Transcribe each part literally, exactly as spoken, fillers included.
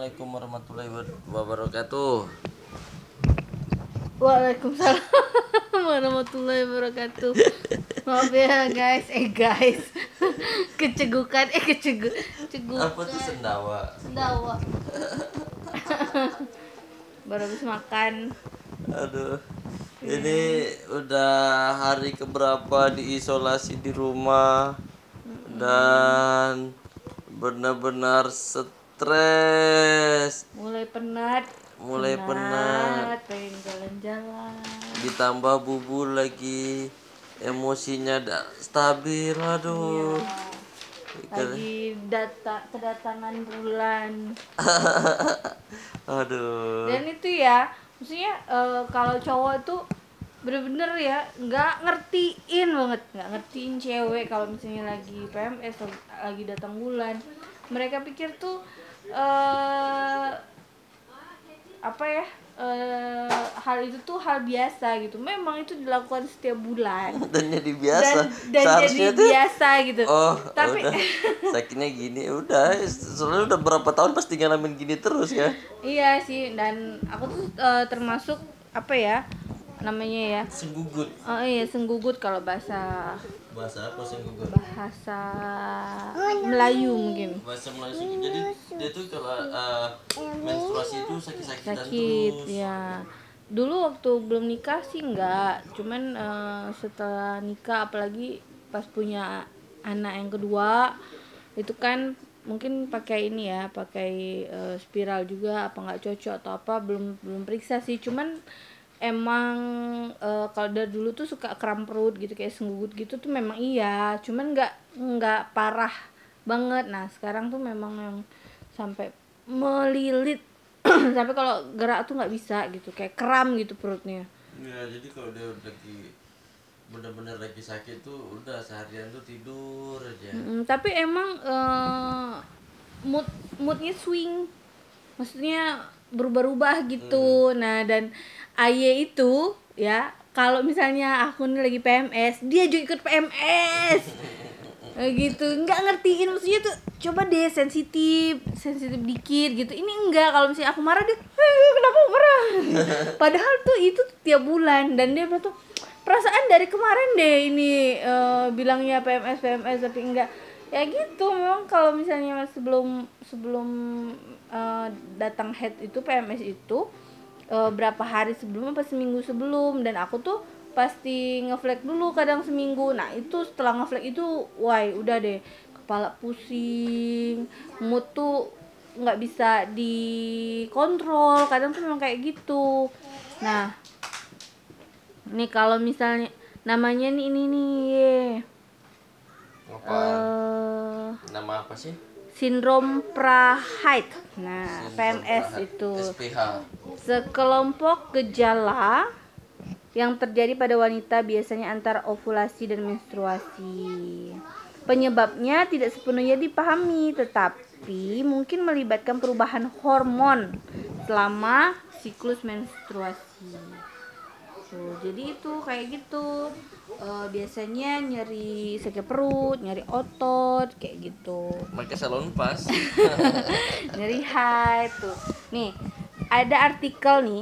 Assalamualaikum warahmatullahi wabarakatuh. Waalaikumsalam warahmatullahi wabarakatuh. Maaf ya guys, eh guys, kecegukan, eh kecegu, cegukan. Apa tuh sendawa? Sendawa. Baru habis makan. Aduh, ini udah hari keberapa diisolasi di rumah dan benar-benar stres, Mulai penat, mulai penat, pengen jalan-jalan. ditambah bubur lagi, emosinya tidak stabil. Aduh, Lagi data kedatangan bulan. aduh. Dan itu ya, maksudnya eh, kalau cowok tuh bener-bener ya nggak ngertiin banget, nggak ngertiin cewek kalau misalnya lagi P M S, lagi datang bulan. Mereka pikir tuh eh apa ya, eh hal itu tuh hal biasa gitu. Memang itu dilakukan setiap bulan Dan jadi biasa. dan dan jadi Seharusnya tuh, biasa gitu. oh Tapi udah sakitnya gini udah, soalnya udah berapa tahun pasti ngalamin gini terus ya. iya sih, dan aku tuh eh, termasuk apa ya namanya ya, Senggugut. oh iya senggugut kalau bahasa Bahasa apa senggugut? bahasa Melayu mungkin. Bahasa Melayu senggugut. Jadi dia tuh kalau uh, menstruasi itu sakit-sakitan Sakit terus. ya. Dulu waktu belum nikah sih enggak, cuman eh, setelah nikah apalagi pas punya anak yang kedua itu kan mungkin pakai ini ya, pakai eh, spiral juga apa nggak cocok atau apa, belum belum periksa sih. Cuman emang eh, kalau dari dulu tuh suka kram perut gitu kayak senggugut gitu tuh memang iya, cuman nggak nggak parah banget. Nah sekarang tuh memang yang sampai melilit sampai kalau gerak tuh nggak bisa gitu, kayak kram gitu perutnya. Ya jadi kalau dia lagi benar-benar lagi sakit tuh udah seharian tuh tidur aja. Mm, tapi emang eh, mood moodnya swing, maksudnya berubah-ubah gitu. Nah dan Aye itu ya kalau misalnya aku nih lagi P M S, dia juga ikut P M S. Kayak gitu, nggak ngertiin, maksudnya tuh coba deh sensitif sensitif dikit gitu. Ini enggak, kalau misalnya aku marah dia "Eh, kenapa marah?" Padahal tuh itu tuh tiap bulan, dan dia bilang tuh perasaan dari kemarin deh ini eh, bilangnya P M S P M S tapi enggak. Ya gitu, memang kalau misalnya sebelum sebelum eh, datang head itu P M S itu eh, berapa hari sebelum apa seminggu sebelum, dan aku tuh pasti ngeflag dulu kadang seminggu. Nah itu setelah ngeflag itu wah udah deh, kepala pusing, mood tuh nggak bisa dikontrol, kadang tuh memang kayak gitu. Nah nih kalau misalnya namanya nih ini nih Apa? eh Nama apa sih? sindrom Prahed. Nah, P M S itu S P H. sekelompok gejala yang terjadi pada wanita biasanya antara ovulasi dan menstruasi. Penyebabnya tidak sepenuhnya dipahami, tetapi mungkin melibatkan perubahan hormon selama siklus menstruasi. Tuh, jadi itu kayak gitu. Eh, biasanya nyeri sakit perut, nyeri otot kayak gitu. Pakai salon pas. Nyeri haid tuh. Nih, ada artikel nih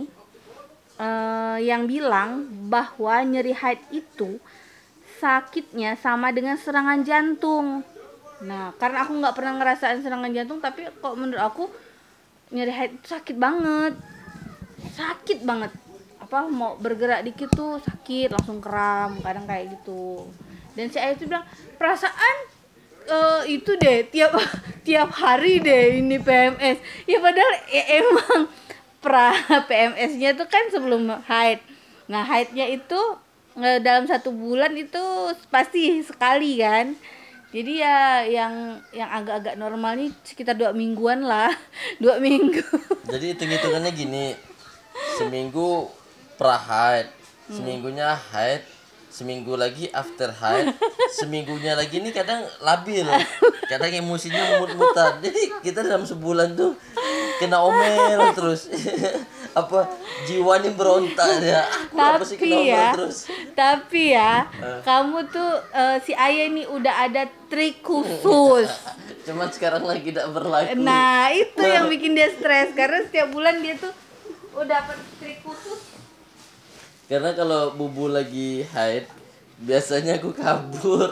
eh, yang bilang bahwa nyeri haid itu sakitnya sama dengan serangan jantung. Nah, karena aku nggak pernah ngerasain serangan jantung, tapi kok menurut aku nyeri haid itu sakit banget, sakit banget. Apa mau bergerak dikit tuh sakit, langsung kram, kadang kayak gitu. Dan si Ayah itu bilang perasaan eh, itu deh tiap tiap hari deh ini P M S. Ya padahal ya emang pra P M S-nya tuh kan sebelum haid. Nah haidnya itu eh, dalam satu bulan itu pasti sekali kan. Jadi ya yang yang agak-agak normal nih sekitar dua mingguan lah, dua minggu. Jadi hitung-hitungannya gini, seminggu pra haid, seminggunya haid, seminggu lagi after haid, seminggunya lagi nih kadang labil, kadang emosinya mut-mutan. Jadi kita dalam sebulan tuh kena omel terus. Apa jiwa nih berontak ya. Aku apa sih kena Tapi omel ya, terus? tapi ya, kamu tuh eh, si Ayah ini udah ada trik khusus. Cuman sekarang lagi tidak berlaku. Nah, itu yang bikin dia stres karena setiap bulan dia tuh udah dapat trik khusus. Karena kalau bubu lagi haid, biasanya aku kabur.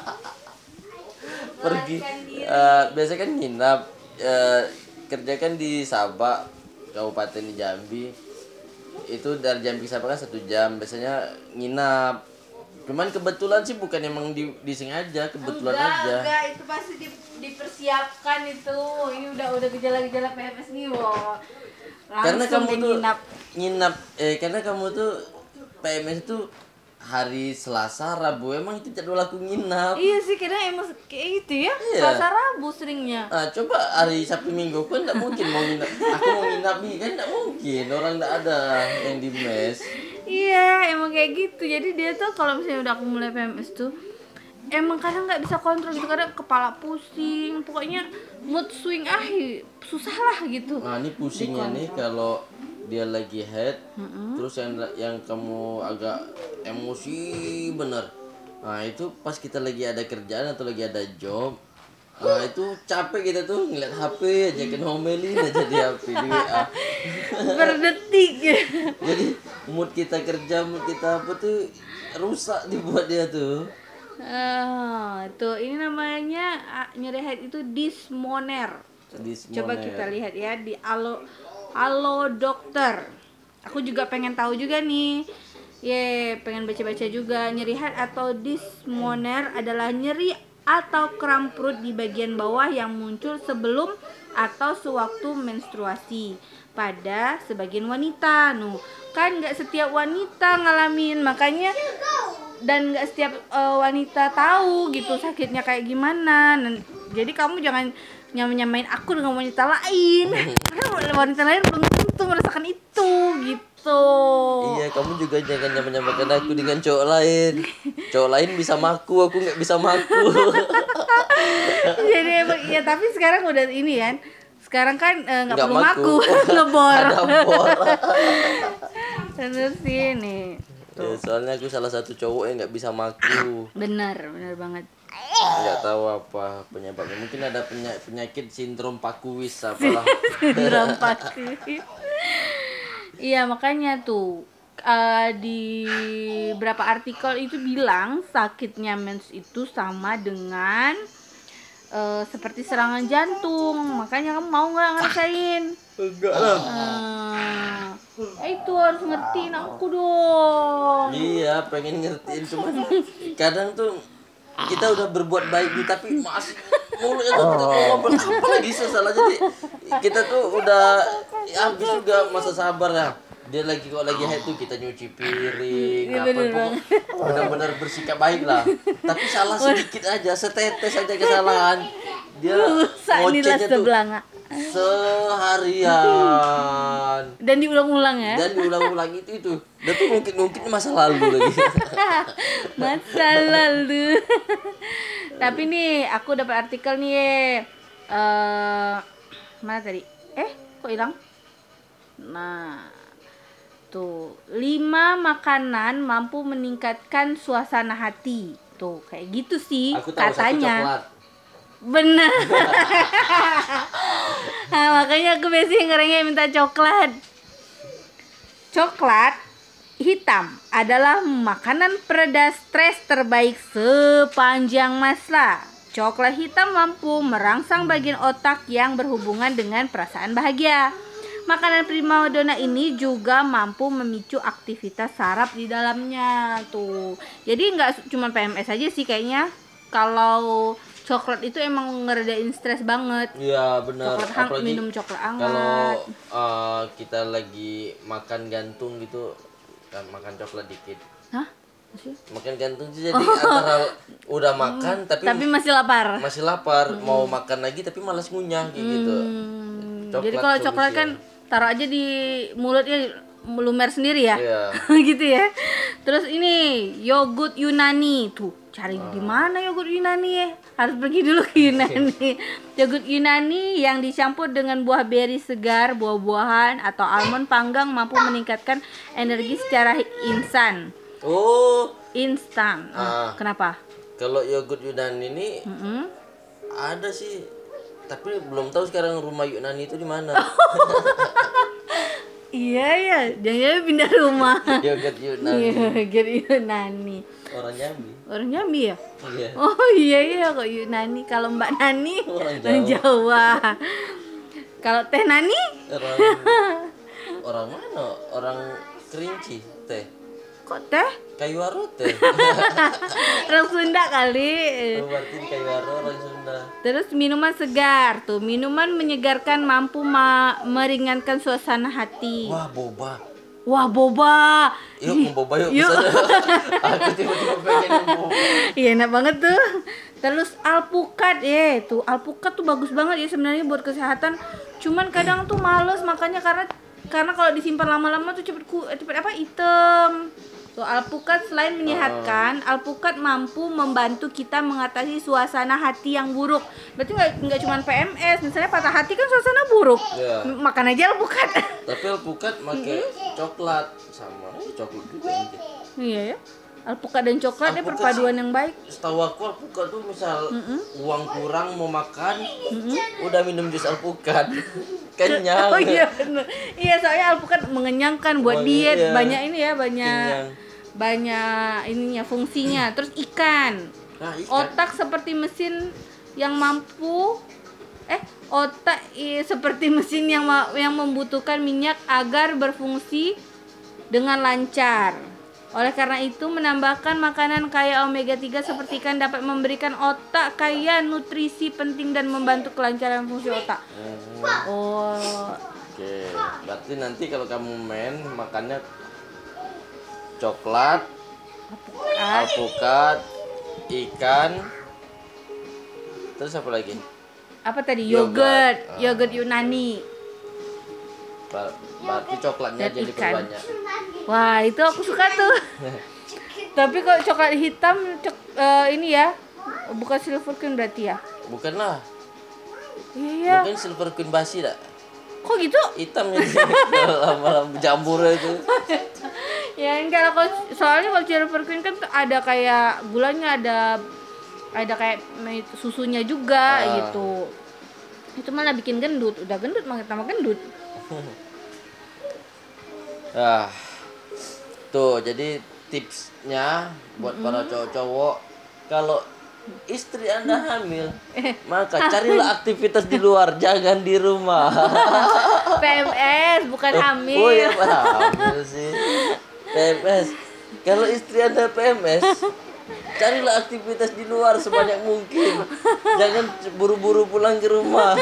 Pergi. Eh, biasa kan nginap. Eh, kerja kan di Sabak, Kabupaten di Jambi. Itu dari Jambi ke Sabak kan satu jam. Biasanya nginap. Cuman kebetulan sih bukan emang di, disengaja, kebetulan enggak, aja. Enggak, itu pasti di, dipersiapkan itu. Ini udah udah gejala-gejala P M S nih, wo. Karena Langsung kamu dia tuh nginap. nginap eh karena kamu tuh P M S itu hari Selasa, Rabu, emang itu jadwal aku nginap. Iya sih, kadang emang kayak gitu ya. Iya. Selasa Rabu seringnya. Ah, coba hari Sabtu Minggu kan enggak mungkin mau nginap. Aku mau nginap nih kan enggak mungkin, orang enggak ada yang di mes. Iya, emang kayak gitu. Jadi dia tuh kalau misalnya udah aku mulai P M S tuh emang kadang nggak bisa kontrol gitu, kadang kepala pusing, pokoknya mood swing ah susah lah gitu. Nah, ini pusingnya nih kalau dia lagi head, terus yang yang kamu agak emosi bener. Nah, itu pas kita lagi ada kerjaan atau lagi ada job. Nah, itu capek kita tuh ngeliat H P aja, kan ngomelin aja di H P di W A. Berdetik. Jadi mood kita kerja, mood kita apa tuh rusak dibuat dia tuh. Ah, tuh ini namanya ah, nyeri head itu dysmoner. Coba Dysmoner. kita lihat ya di Alo Alo Dokter. Aku juga pengen tahu juga nih. Ye, pengen baca-baca juga. Nyeri head atau dysmoner adalah nyeri atau kram perut di bagian bawah yang muncul sebelum atau sewaktu menstruasi pada sebagian wanita. Nuh, kan nggak setiap wanita ngalamin, makanya dan nggak setiap uh, wanita tahu gitu sakitnya kayak gimana. Nah, jadi kamu jangan nyamain aku dengan wanita lain karena wanita lain belum tentu merasakan itu gitu. Iya, kamu juga jangan nyamakan aku dengan cowok lain. Cowok lain bisa maku, aku nggak bisa maku. Jadi emang ya, tapi sekarang udah ini kan. Sekarang kan eh, nggak Nggak perlu maku. maku, ngebor. Ada bor. Bener sih nih. Ya, soalnya aku salah satu cowok yang nggak bisa maku. Bener, bener banget. Nggak tahu apa penyebabnya. Mungkin ada penya- penyakit sindrom pakuwis apalah. Sindrom pasti. Iya, makanya tuh eh, di beberapa artikel itu bilang sakitnya mens itu sama dengan eh, seperti serangan jantung. Makanya kamu mau nggak ngerasain? Enggak lah. Eh, itu harus ngertiin aku dong. Iya, pengen ngertiin cuman kadang tuh kita udah berbuat baik nih tapi masih mulutnya tuh tetap mau ngomong apa lagi salah. Jadi kita tuh udah ya, habis juga masa sabar ya. Dia lagi kok lagi haid tuh kita nyuci piring, Iya, apa bener pokok benar-benar bersikap baik lah. Tapi salah sedikit aja, setetes aja kesalahan. Dia Rusak nih lah ngocehnya tuh sebelah nggak. seharian. Dan diulang-ulang ya. Dan diulang-ulang itu itu. Dan tuh mungkin mungkin masa lalu lagi. Masa lalu. Tapi nih aku dapat artikel nih eh mana tadi? Eh, kok hilang? Nah, tuh, lima makanan mampu meningkatkan suasana hati. Tuh, kayak gitu sih Aku tahu satu katanya. coklat. Bener. Nah, makanya aku biasanya ngerengnya minta coklat. Coklat hitam adalah makanan pereda stres terbaik sepanjang masa. Coklat hitam mampu merangsang bagian otak yang berhubungan dengan perasaan bahagia. Makanan primadona ini juga mampu memicu aktivitas saraf di dalamnya tuh. Jadi nggak cuma P M S aja sih kayaknya. Kalau coklat itu emang ngeredain stres banget. Iya benar. Coklat hang, Apalagi minum coklat hangat. kalau uh, kita lagi makan gantung gitu, kan makan coklat dikit. Hah? Masih? Makan gantung sih jadi antara udah makan tapi Tapi masih lapar. masih lapar, mau makan lagi tapi malas ngunyah kayak gitu. Hmm, Coklat jadi kalau coklat solusinya. kan taruh aja di mulutnya melumer sendiri ya. Iya. Gitu ya. Terus ini yogurt Yunani tuh, cari di mana yogurt Yunani ya? Harus pergi dulu ke Yunani. Yogurt Yunani yang dicampur dengan buah beri segar, buah-buahan atau almond panggang mampu meningkatkan energi secara instan. Oh, Instan. Ah. Kenapa? kalau yogurt Yunani ini Mm-mm. ada sih Tapi belum tahu sekarang rumah Yunani itu di mana. Iya ya, jangan pindah rumah. Yogurt Yunani. Iya, Yogurt Yunani. Orang Jambi. Orang Jambi ya? Iya. Oh iya iya kok Yunani. Kalau Mbak Nani Orang orang Jawa. Kalau Teh Nani? Orang orang mana? Orang Kerinci, teh. Kok Teh? Kayu aro teh. Orang Sunda kali. Oh, berarti di kayu aro orang Sunda. Terus minuman segar tuh, minuman menyegarkan mampu ma- meringankan suasana hati. Wah, boba. Wah boba. Yuk, mau boba yuk. Yuk. Kesana. Aku tiba-tiba pengen yang boba. Iya enak banget tuh. Terus alpukat, eh tuh alpukat tuh bagus banget ya sebenarnya buat kesehatan. Cuman kadang tuh males makanya karena karena kalau disimpan lama-lama tuh cepet ku, eh, cepet apa hitam. Tuh alpukat selain menyehatkan, alpukat mampu membantu kita mengatasi suasana hati yang buruk. Berarti nggak nggak cuma P M S, misalnya patah hati kan suasana buruk. Iya. M- Makan aja alpukat. Tapi alpukat pakai coklat sama eh, coklat juga ini. Iya ya. Alpukat dan coklat dia Alpukat perpaduan sih, yang baik. Setahu aku alpukat tuh misal uang kurang mau makan, udah minum jus alpukat. Kenyang. Oh iya bener. Iya soalnya alpukat mengenyangkan buat Wangi, diet. iya. Banyak ini ya, banyak Kenyang. banyak ininya fungsinya. Terus ikan. Nah, ikan. Otak seperti mesin yang mampu eh otak i- seperti mesin yang ma- yang membutuhkan minyak agar berfungsi dengan lancar. Oleh karena itu menambahkan makanan kaya omega tiga seperti ikan dapat memberikan otak kaya nutrisi penting dan membantu kelancaran fungsi otak. Hmm, Oh, Oke, berarti nanti kalau kamu main makannya coklat, ah, alpukat, ikan, terus apa lagi? apa tadi? Yogurt. Yogurt, Ah. yogurt Yunani. Ber- Berarti coklatnya Dan jadi ikan. perbanyak. Wah, itu aku suka tuh. Tapi kalau coklat hitam cok, eh, ini ya, bukan silver queen berarti ya? Bukanlah, Iya. mungkin silver queen basi dah. Kok gitu? Hitam ini lama-lama jambur itu. Ya enggak lah, kalau soalnya kalau silver queen kan tuh ada kayak gulanya, ada ada kayak me- susunya juga Ah. gitu. Itu malah bikin gendut, udah gendut makin tambah gendut. Nah, tuh jadi tipsnya buat para cowok-cowok, kalau istri Anda hamil, maka carilah aktivitas di luar, jangan di rumah. P M S bukan hamil. Oh iya, Pak, hamil sih. P M S. Kalau istri Anda P M S, carilah aktivitas di luar sebanyak mungkin. Jangan buru-buru pulang ke rumah.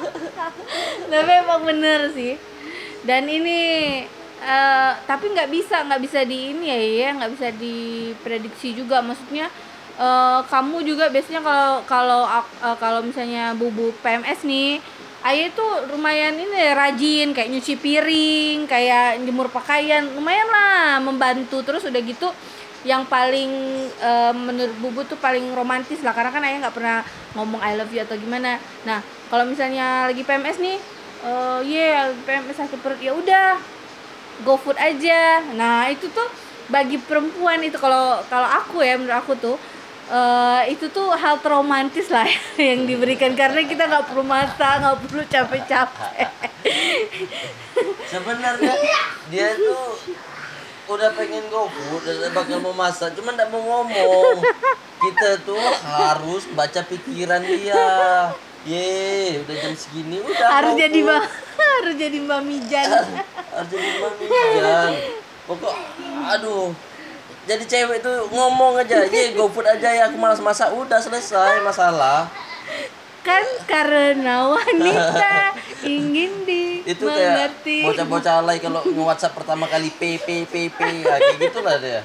Tapi emang bener sih. Dan ini eh, tapi nggak bisa nggak bisa di ini ya ya nggak bisa diprediksi juga. Maksudnya eh, kamu juga biasanya kalau kalau ak- eh, kalau misalnya bubu P M S nih, ayah tuh lumayan ini ya, rajin kayak nyuci piring, kayak jemur pakaian, lumayan lah membantu. Terus udah gitu yang paling eh, menurut bubu tuh paling romantis lah, karena kan ayah nggak pernah ngomong I love you atau gimana. Nah kalau misalnya lagi P M S nih, eh yeah, P M S sakit perut, ya udah go food aja. Nah itu tuh bagi perempuan itu, kalau kalau aku ya menurut aku tuh eh itu tuh hal romantis lah yang diberikan, karena kita nggak perlu masak, nggak perlu capek-capek. Sebenarnya dia tuh udah pengen go food, udah bakal mau masak, cuman nggak mau ngomong. Kita tuh harus baca pikiran dia. Ye, udah jam segini udah harus go jadi food. mbak harus jadi mbak Mijan. Harus jadi mamijan. Pokok aduh. Jadi cewek tuh ngomong aja, ye go food aja ya, aku malas masak, udah selesai masalah. Kan karena wanita ingin Itu kayak dimengerti. bocah-bocah alay kalau nge-WhatsApp pertama kali p p p p ya, kayak gitulah dia.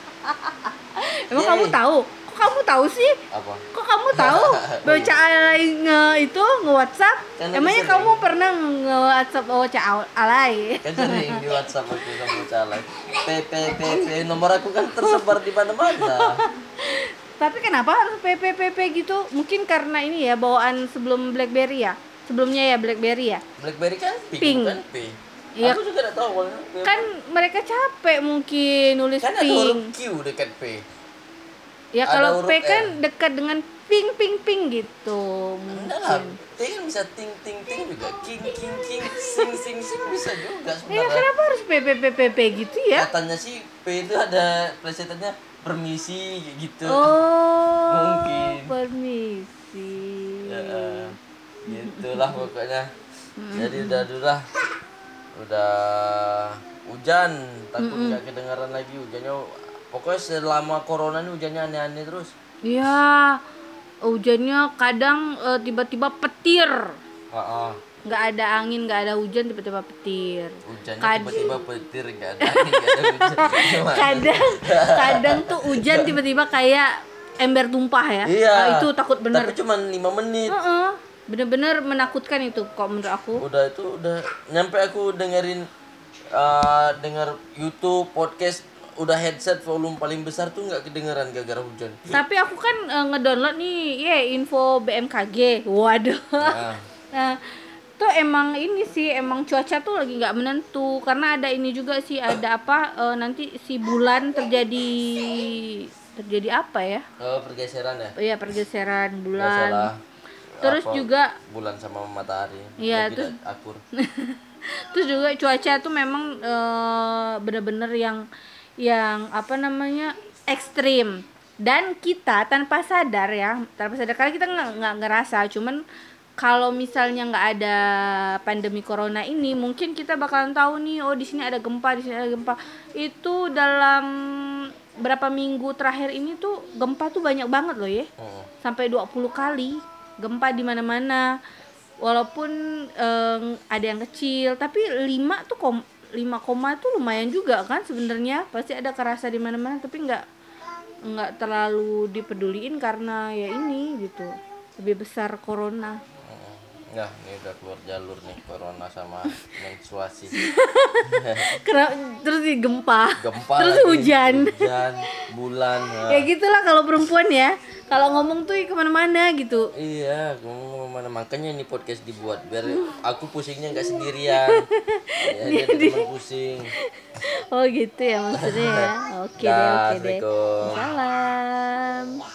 Emang Yeay. kamu tahu? Kok kamu tahu sih? Apa? Kok kamu tahu? Bocah alay nge itu nge WhatsApp. Kan aku Emangnya sering. kamu pernah nge WhatsApp bocah al- alay? Kan sering di WhatsApp aku sama bocah alay. P p p p nomor aku kan tersebar di mana-mana. Tapi kenapa harus P P P P gitu? Mungkin karena ini ya bawaan sebelum BlackBerry ya. Sebelumnya ya BlackBerry ya. BlackBerry kan pink, Pink. bukan P. Iya. Aku juga enggak tahu awalnya P. Kan mereka capek mungkin nulis Kan ada huruf pink. Q dekat P. Ya ada kalau huruf P kan R. dekat dengan ping ping ping gitu. Enggak lah, Mungkin. T kan bisa ting ting ting juga, king king king, sing sing sing bisa juga Ya sebenarnya. kenapa harus P P P P P gitu ya? Katanya sih P itu ada plesetannya permisi kayak gitu. Oh, Mungkin. permisi. Ya, eh, gitulah pokoknya. Jadi udah udah udah hujan, takut nggak kedengaran lagi hujannya. Pokoknya selama corona ini hujannya aneh-aneh terus. Ya, hujannya kadang eh, tiba-tiba petir. Heeh. Nggak ada angin, nggak ada hujan, tiba-tiba petir. Hujannya Kad- tiba-tiba petir, nggak ada angin, nggak ada hujan. Gimana? kadang kadang tuh hujan tiba-tiba kayak ember tumpah ya. Iya. Ah, itu takut bener. Tapi cuma lima menit. Heeh. Bener-bener menakutkan itu kok menurut aku. Udah itu udah nyampe aku dengerin uh, denger YouTube podcast udah headset volume paling besar tuh nggak kedengeran gara-gara hujan. Tapi aku kan eh, ngedownload nih, ya info B M K G. Waduh. Nah, Nah, tuh emang ini sih emang cuaca tuh lagi nggak menentu karena ada ini juga sih ada apa eh, nanti si bulan terjadi terjadi apa ya? oh, pergeseran ya. Iya pergeseran Nggak bulan. salah. Terus Apa, juga bulan sama matahari. Iya, Lagi terus- da- akur. terus juga cuaca tuh memang eh, bener-bener yang yang apa namanya ekstrim dan kita tanpa sadar ya tanpa sadar karena kita nggak nggak ngerasa cuman kalau misalnya nggak ada pandemi corona ini mungkin kita bakalan tahu nih oh di sini ada gempa di sini ada gempa itu dalam berapa minggu terakhir ini tuh gempa tuh banyak banget loh ya Heeh. sampai dua puluh kali gempa di mana-mana walaupun eh, ada yang kecil tapi lima tuh kom lima koma tuh lumayan juga kan sebenarnya pasti ada kerasa di mana-mana tapi nggak nggak terlalu dipeduliin karena ya ini gitu lebih besar corona. Heeh. Nah, ini udah keluar jalur nih corona sama menstruasi. Kena, terus di gempa, Gempa terus lagi, hujan. hujan, bulan. Nah. Ya gitulah kalau perempuan ya kalau ngomong tuh kemana-mana gitu. Iya, ngomong mana makanya ini podcast dibuat biar aku pusingnya nggak sendirian. Ya, jadi teman pusing. Oh gitu ya maksudnya ya. Oke deh, Dah, oke deh. Assalamualaikum. Salam.